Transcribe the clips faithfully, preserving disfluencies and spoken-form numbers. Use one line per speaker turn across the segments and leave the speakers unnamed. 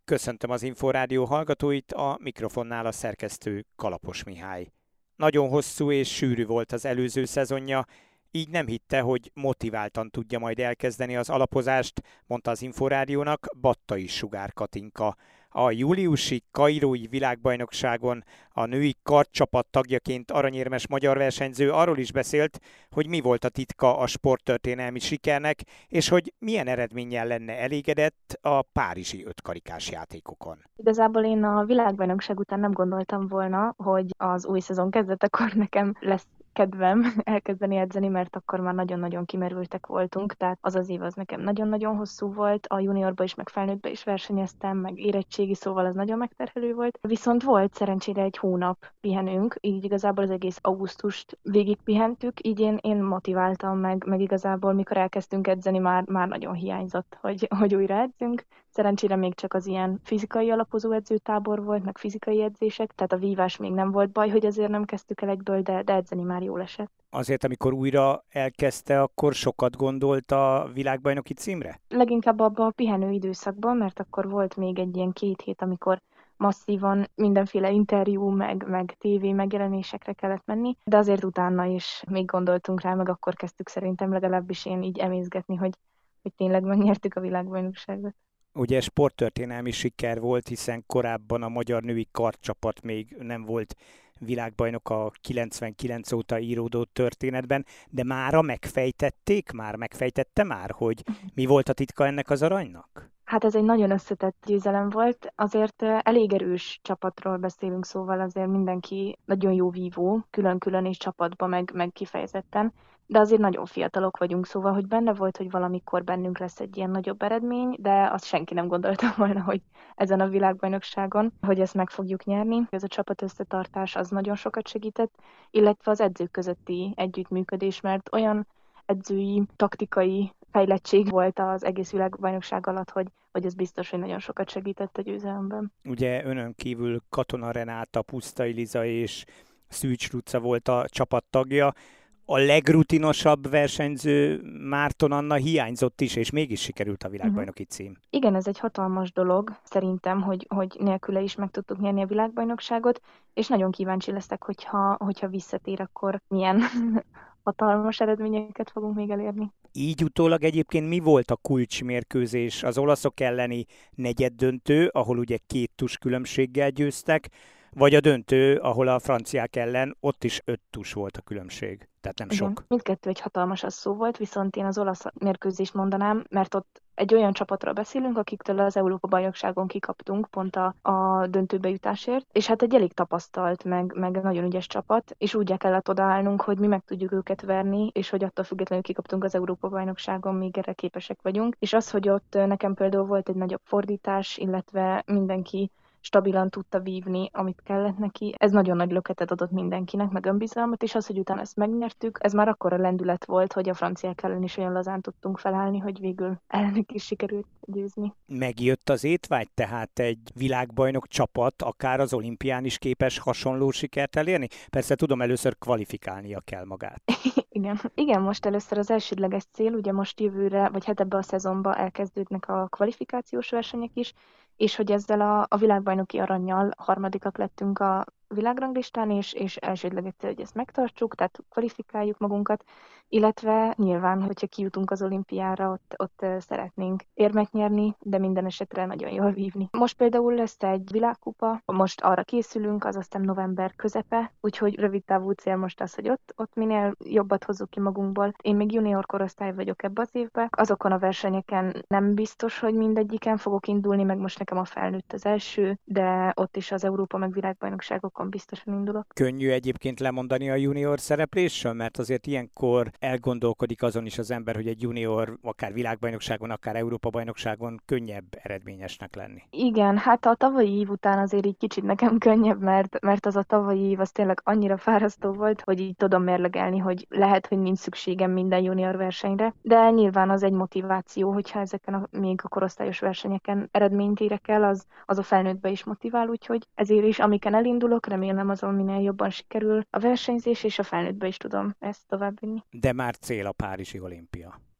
Köszöntöm az Inforádió hallgatóit, a mikrofonnál a szerkesztő Kalapos Mihály. Nagyon hosszú és sűrű volt az előző szezonja, így nem hitte, hogy motiváltan tudja majd elkezdeni az alapozást, mondta az Inforádiónak Battai Sugár Katinka. A júliusi kairói világbajnokságon a női kardcsapat tagjaként aranyérmes magyar versenyző arról is beszélt, hogy mi volt a titka a sporttörténelmi sikernek, és hogy milyen eredménnyel lenne elégedett a párizsi ötkarikás játékokon.
Igazából én a világbajnokság után nem gondoltam volna, hogy az új szezon kezdetekor nekem lesz kedvem elkezdeni edzeni, mert akkor már nagyon-nagyon kimerültek voltunk, tehát az az év az nekem nagyon-nagyon hosszú volt, a juniorba is, meg felnőttbe is versenyeztem, meg érettségi, szóval az nagyon megterhelő volt. Viszont volt szerencsére egy hónap pihenünk, így igazából az egész augusztust végig pihentük, így én, én motiváltam meg, meg igazából mikor elkezdtünk edzeni, már, már nagyon hiányzott, hogy, hogy újra edzünk. Szerencsére még csak az ilyen fizikai alapozó edzőtábor volt, meg fizikai edzések, tehát a vívás még nem volt baj, hogy azért nem kezdtük el egyből, de, de edzeni már jól esett.
Azért, amikor újra elkezdte, akkor sokat gondolt a világbajnoki címre?
Leginkább abban a pihenő időszakban, mert akkor volt még egy ilyen két hét, amikor masszívan mindenféle interjú, meg, meg tévé megjelenésekre kellett menni, de azért utána is még gondoltunk rá, meg akkor kezdtük szerintem legalábbis én így emészgetni, hogy, hogy tényleg megnyertük a világbajnokságot.
Ugye sporttörténelmi siker volt, hiszen korábban a magyar női kardcsapat még nem volt világbajnok a kilencvenkilenc óta íródó történetben, de mára megfejtették már, megfejtette már, hogy mi volt a titka ennek az aranynak?
Hát ez egy nagyon összetett győzelem volt, azért elég erős csapatról beszélünk, szóval azért mindenki nagyon jó vívó, külön-külön és csapatba, meg, meg kifejezetten, de azért nagyon fiatalok vagyunk, szóval, hogy benne volt, hogy valamikor bennünk lesz egy ilyen nagyobb eredmény, de azt senki nem gondolta volna, hogy ezen a világbajnokságon, hogy ezt meg fogjuk nyerni. Ez a csapat összetartás az nagyon sokat segített, illetve az edzők közötti együttműködés, mert olyan edzői, taktikai fejlettség volt az egész világbajnokság alatt, hogy, hogy ez biztos, hogy nagyon sokat segített a győzelemben.
Ugye önön kívül Katona Renáta, Pusztai Liza és Szűcs Luca volt a csapattagja. A legrutinosabb versenyző Márton Anna hiányzott is, és mégis sikerült a világbajnoki cím. Uh-huh.
Igen, ez egy hatalmas dolog szerintem, hogy, hogy nélküle is meg tudtuk nyerni a világbajnokságot, és nagyon kíváncsi leszek, hogyha, hogyha visszatér, akkor milyen hatalmas eredményeket fogunk még elérni.
Így utólag egyébként mi volt a kulcsmérkőzés? Az olaszok elleni negyeddöntő, ahol ugye két tus különbséggel győztek, vagy a döntő, ahol a franciák ellen ott is öt tus volt a különbség, tehát nem
Igen.
sok.
Mindkettő egy hatalmas szó volt, viszont én az olasz mérkőzést mondanám, mert ott egy olyan csapatról beszélünk, akiktől az Európa-bajnokságon kikaptunk pont a, a döntőbe jutásért, és hát egy elég tapasztalt, meg, meg nagyon ügyes csapat, és úgy kellett odaállnunk, hogy mi meg tudjuk őket verni, és hogy attól függetlenül kikaptunk az Európa-bajnokságon, még erre képesek vagyunk. És az, hogy ott nekem például volt egy nagyobb fordítás, illetve mindenki stabilan tudta vívni, amit kellett neki. Ez nagyon nagy löketet adott mindenkinek, meg önbizalmat, és az, hogy utána ezt megnyertük, ez már akkora lendület volt, hogy a franciák ellen is olyan lazán tudtunk felállni, hogy végül ellenük is sikerült győzni.
Megjött az étvágy, tehát egy világbajnok csapat akár az olimpián is képes hasonló sikert elérni? Persze tudom, először kvalifikálnia kell magát.
Igen. Igen, most először az elsődleges cél, ugye most jövőre, vagy hát ebbe a szezonban elkezdődnek a kvalifikációs versenyek is, és hogy ezzel a, a világbajnoki arannyal harmadikak lettünk a világranglistán, és, és elsődleges cél, hogy ezt megtartsuk, tehát kvalifikáljuk magunkat, illetve nyilván, hogyha kijutunk az olimpiára, ott, ott szeretnénk érmet nyerni, de minden esetre nagyon jól vívni. Most például lesz egy világkupa, most arra készülünk, az aztán november közepe, úgyhogy rövid távú cél most az, hogy ott, ott minél jobbat hozzuk ki magunkból. Én még junior korosztály vagyok ebbe az évben, azokon a versenyeken nem biztos, hogy mindegyiken fogok indulni, meg most nekem a felnőtt az első, de ott is az Európa meg világbajnokságok biztosan indulok.
Könnyű egyébként lemondani a junior szereplésről, mert azért ilyenkor elgondolkodik azon is az ember, hogy egy junior akár világbajnokságon, akár Európa-bajnokságon könnyebb eredményesnek lenni.
Igen, hát a tavalyi év után azért így kicsit nekem könnyebb, mert, mert az a tavalyi év az tényleg annyira fárasztó volt, hogy így tudom mérlegelni, hogy lehet, hogy nincs szükségem minden junior versenyre, de nyilván az egy motiváció, hogyha ezeken a, még a korosztályos versenyeken eredményt érek el, az, az a felnőttbe is motivál, úgyhogy ezért is, amiken elindulok, remélem azon minél jobban sikerül a versenyzés, és a felnőttbe is tudom ezt továbbvinni.
De már cél a párizsi olimpia.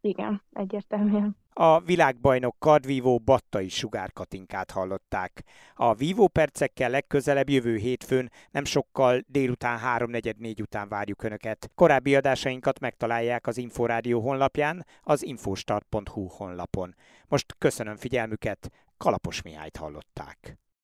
Igen, egyértelműen.
A világbajnok kardvívó Battai Sugár Katinkát hallották. A vívó percekkel legközelebb jövő hétfőn, nem sokkal délután háromnegyed négy után várjuk Önöket. Korábbi adásainkat megtalálják az Inforádió honlapján, az infostart pont hu honlapon. Most köszönöm figyelmüket, Kalapos Mihályt hallották.